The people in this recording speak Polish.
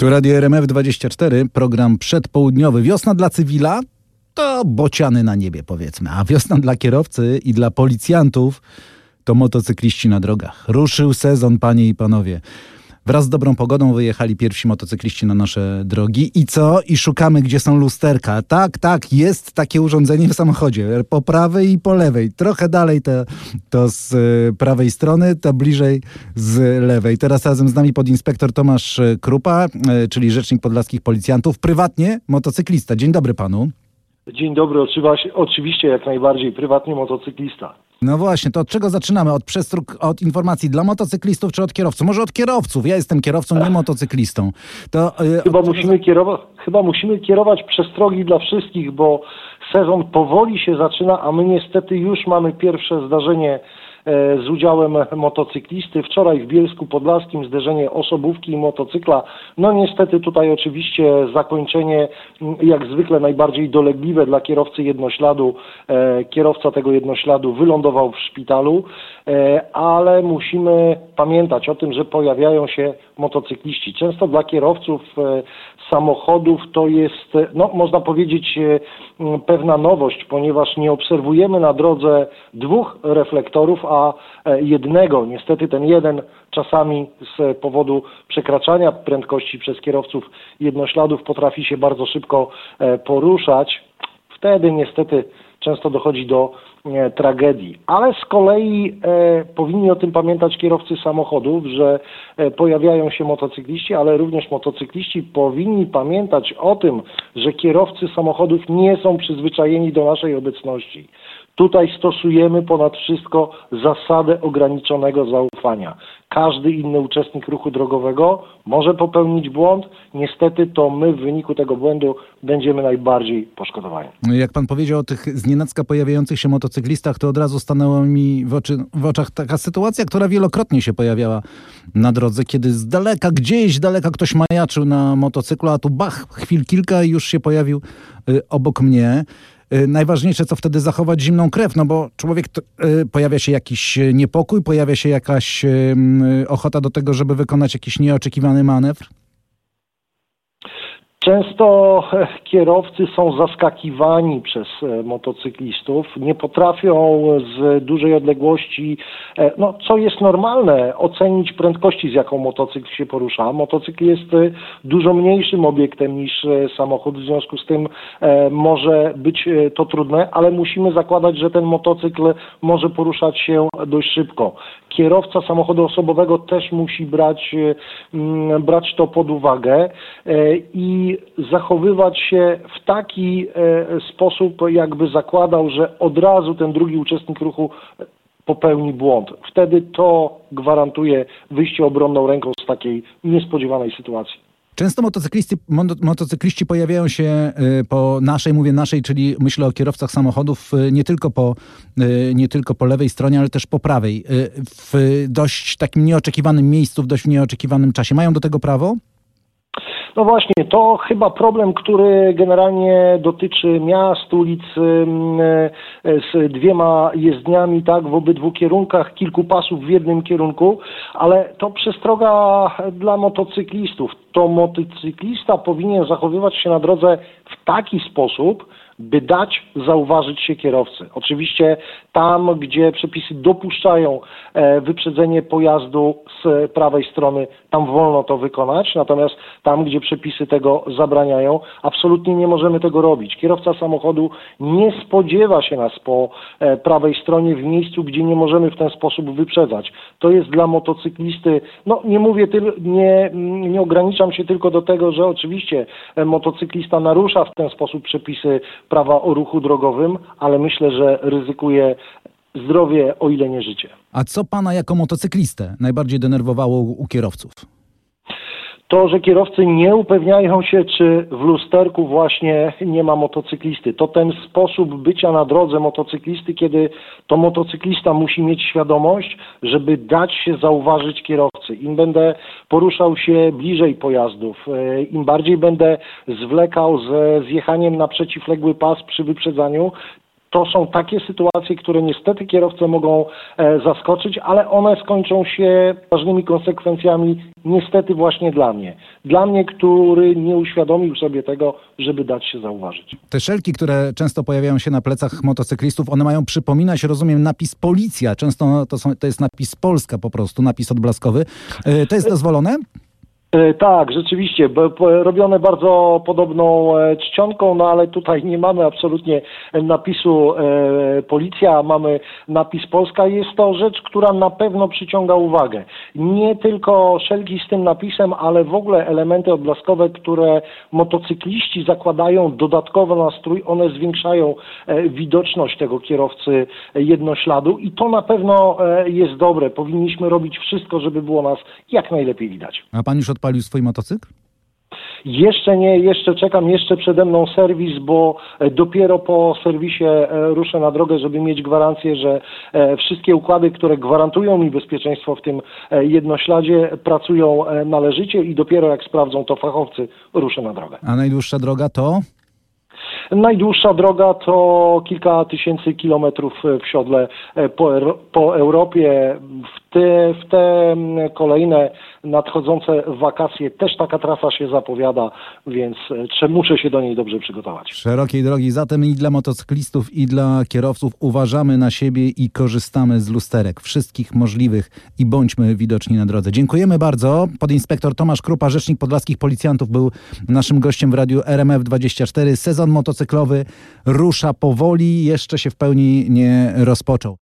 Tu Radio RMF24, program przedpołudniowy. Wiosna dla cywila to bociany na niebie, powiedzmy. A wiosna dla kierowcy i dla policjantów to motocykliści na drogach. Ruszył sezon, panie i panowie. Wraz z dobrą pogodą wyjechali pierwsi motocykliści na nasze drogi. I co? I szukamy, gdzie są lusterka. Tak, jest takie urządzenie w samochodzie. Po prawej i po lewej. Trochę dalej to z prawej strony, to bliżej z lewej. Teraz razem z nami podinspektor Tomasz Krupa, czyli rzecznik podlaskich policjantów. Prywatnie motocyklista. Dzień dobry panu. Dzień dobry, oczywiście jak najbardziej. Prywatnie motocyklista. No właśnie, to od czego zaczynamy? Od przestróg, od informacji dla motocyklistów czy od kierowców? Może od kierowców. Ja jestem kierowcą, nie motocyklistą. To, Chyba musimy kierować przestrogi dla wszystkich, bo sezon powoli się zaczyna, a my niestety już mamy pierwsze zdarzenie z udziałem motocyklisty. Wczoraj w Bielsku Podlaskim zderzenie osobówki i motocykla. No niestety tutaj oczywiście zakończenie jak zwykle najbardziej dolegliwe dla kierowcy jednośladu. Kierowca tego jednośladu wylądował w szpitalu, ale musimy pamiętać o tym, że pojawiają się motocykliści. Często dla kierowców samochodów to jest, no można powiedzieć, pewna nowość, ponieważ nie obserwujemy na drodze dwóch reflektorów, a jednego. Niestety ten jeden czasami z powodu przekraczania prędkości przez kierowców jednośladów potrafi się bardzo szybko poruszać. Wtedy niestety często dochodzi do tragedii. Ale z kolei powinni o tym pamiętać kierowcy samochodów, że pojawiają się motocykliści, ale również motocykliści powinni pamiętać o tym, że kierowcy samochodów nie są przyzwyczajeni do naszej obecności. Tutaj stosujemy ponad wszystko zasadę ograniczonego zaufania. Każdy inny uczestnik ruchu drogowego może popełnić błąd. Niestety to my w wyniku tego błędu będziemy najbardziej poszkodowani. Jak pan powiedział o tych znienacka pojawiających się motocyklistach, to od razu stanęła mi w oczach taka sytuacja, która wielokrotnie się pojawiała na drodze, kiedy z daleka, gdzieś daleka ktoś majaczył na motocyklu, a tu bach, chwil kilka i już się pojawił obok mnie. Najważniejsze, co wtedy zachować zimną krew, no bo pojawia się jakiś niepokój, pojawia się jakaś ochota do tego, żeby wykonać jakiś nieoczekiwany manewr? Często kierowcy są zaskakiwani przez motocyklistów, nie potrafią z dużej odległości, no co jest normalne, ocenić prędkości, z jaką motocykl się porusza. Motocykl jest dużo mniejszym obiektem niż samochód, w związku z tym może być to trudne, ale musimy zakładać, że ten motocykl może poruszać się dość szybko. Kierowca samochodu osobowego też musi brać to pod uwagę i zachowywać się w taki sposób, jakby zakładał, że od razu ten drugi uczestnik ruchu popełni błąd. Wtedy to gwarantuje wyjście obronną ręką z takiej niespodziewanej sytuacji. Często motocykliści pojawiają się po naszej, czyli myślę o kierowcach samochodów, nie tylko po lewej stronie, ale też po prawej. W dość takim nieoczekiwanym miejscu, w dość nieoczekiwanym czasie. Mają do tego prawo? No właśnie, to chyba problem, który generalnie dotyczy miast, ulic z dwiema jezdniami, tak, w obydwu kierunkach, kilku pasów w jednym kierunku, ale to przestroga dla motocyklistów. To motocyklista powinien zachowywać się na drodze w taki sposób, by dać zauważyć się kierowcy. Oczywiście tam, gdzie przepisy dopuszczają wyprzedzenie pojazdu z prawej strony, tam wolno to wykonać, natomiast tam, gdzie przepisy tego zabraniają, absolutnie nie możemy tego robić. Kierowca samochodu nie spodziewa się nas po prawej stronie w miejscu, gdzie nie możemy w ten sposób wyprzedzać. To jest dla motocyklisty, no nie mówię, nie ograniczam się tylko do tego, że oczywiście motocyklista narusza w ten sposób przepisy prawa o ruchu drogowym, ale myślę, że ryzykuje zdrowie, o ile nie życie. A co pana jako motocyklistę najbardziej denerwowało u kierowców? To, że kierowcy nie upewniają się, czy w lusterku właśnie nie ma motocyklisty. To ten sposób bycia na drodze motocyklisty, kiedy to motocyklista musi mieć świadomość, żeby dać się zauważyć kierowcy. Im będę poruszał się bliżej pojazdów, im bardziej będę zwlekał ze zjechaniem na przeciwległy pas przy wyprzedzaniu, To są takie sytuacje, które niestety kierowcę mogą zaskoczyć, ale one skończą się ważnymi konsekwencjami niestety właśnie dla mnie. Dla mnie, który nie uświadomił sobie tego, żeby dać się zauważyć. Te szelki, które często pojawiają się na plecach motocyklistów, one mają przypominać, rozumiem, napis Policja. Często to jest napis Polska po prostu, napis odblaskowy. To jest dozwolone? Tak, rzeczywiście, robione bardzo podobną czcionką, no ale tutaj nie mamy absolutnie napisu Policja, mamy napis Polska. Jest to rzecz, która na pewno przyciąga uwagę. Nie tylko szelki z tym napisem, ale w ogóle elementy odblaskowe, które motocykliści zakładają dodatkowo na strój, one zwiększają widoczność tego kierowcy jednośladu i to na pewno jest dobre. Powinniśmy robić wszystko, żeby było nas jak najlepiej widać. A pan już odpalił swój motocykl? Jeszcze nie, jeszcze czekam, jeszcze przede mną serwis, bo dopiero po serwisie ruszę na drogę, żeby mieć gwarancję, że wszystkie układy, które gwarantują mi bezpieczeństwo w tym jednośladzie, pracują należycie i dopiero jak sprawdzą to fachowcy, ruszę na drogę. A najdłuższa droga to? Najdłuższa droga to kilka tysięcy kilometrów w siodle po Europie. W te kolejne nadchodzące wakacje też taka trasa się zapowiada, więc muszę się do niej dobrze przygotować. Szerokiej drogi zatem i dla motocyklistów, i dla kierowców. Uważamy na siebie i korzystamy z lusterek wszystkich możliwych i bądźmy widoczni na drodze. Dziękujemy bardzo. Podinspektor Tomasz Krupa, rzecznik podlaskich policjantów, był naszym gościem w radiu RMF24. Sezon motocyklowy rusza powoli, jeszcze się w pełni nie rozpoczął.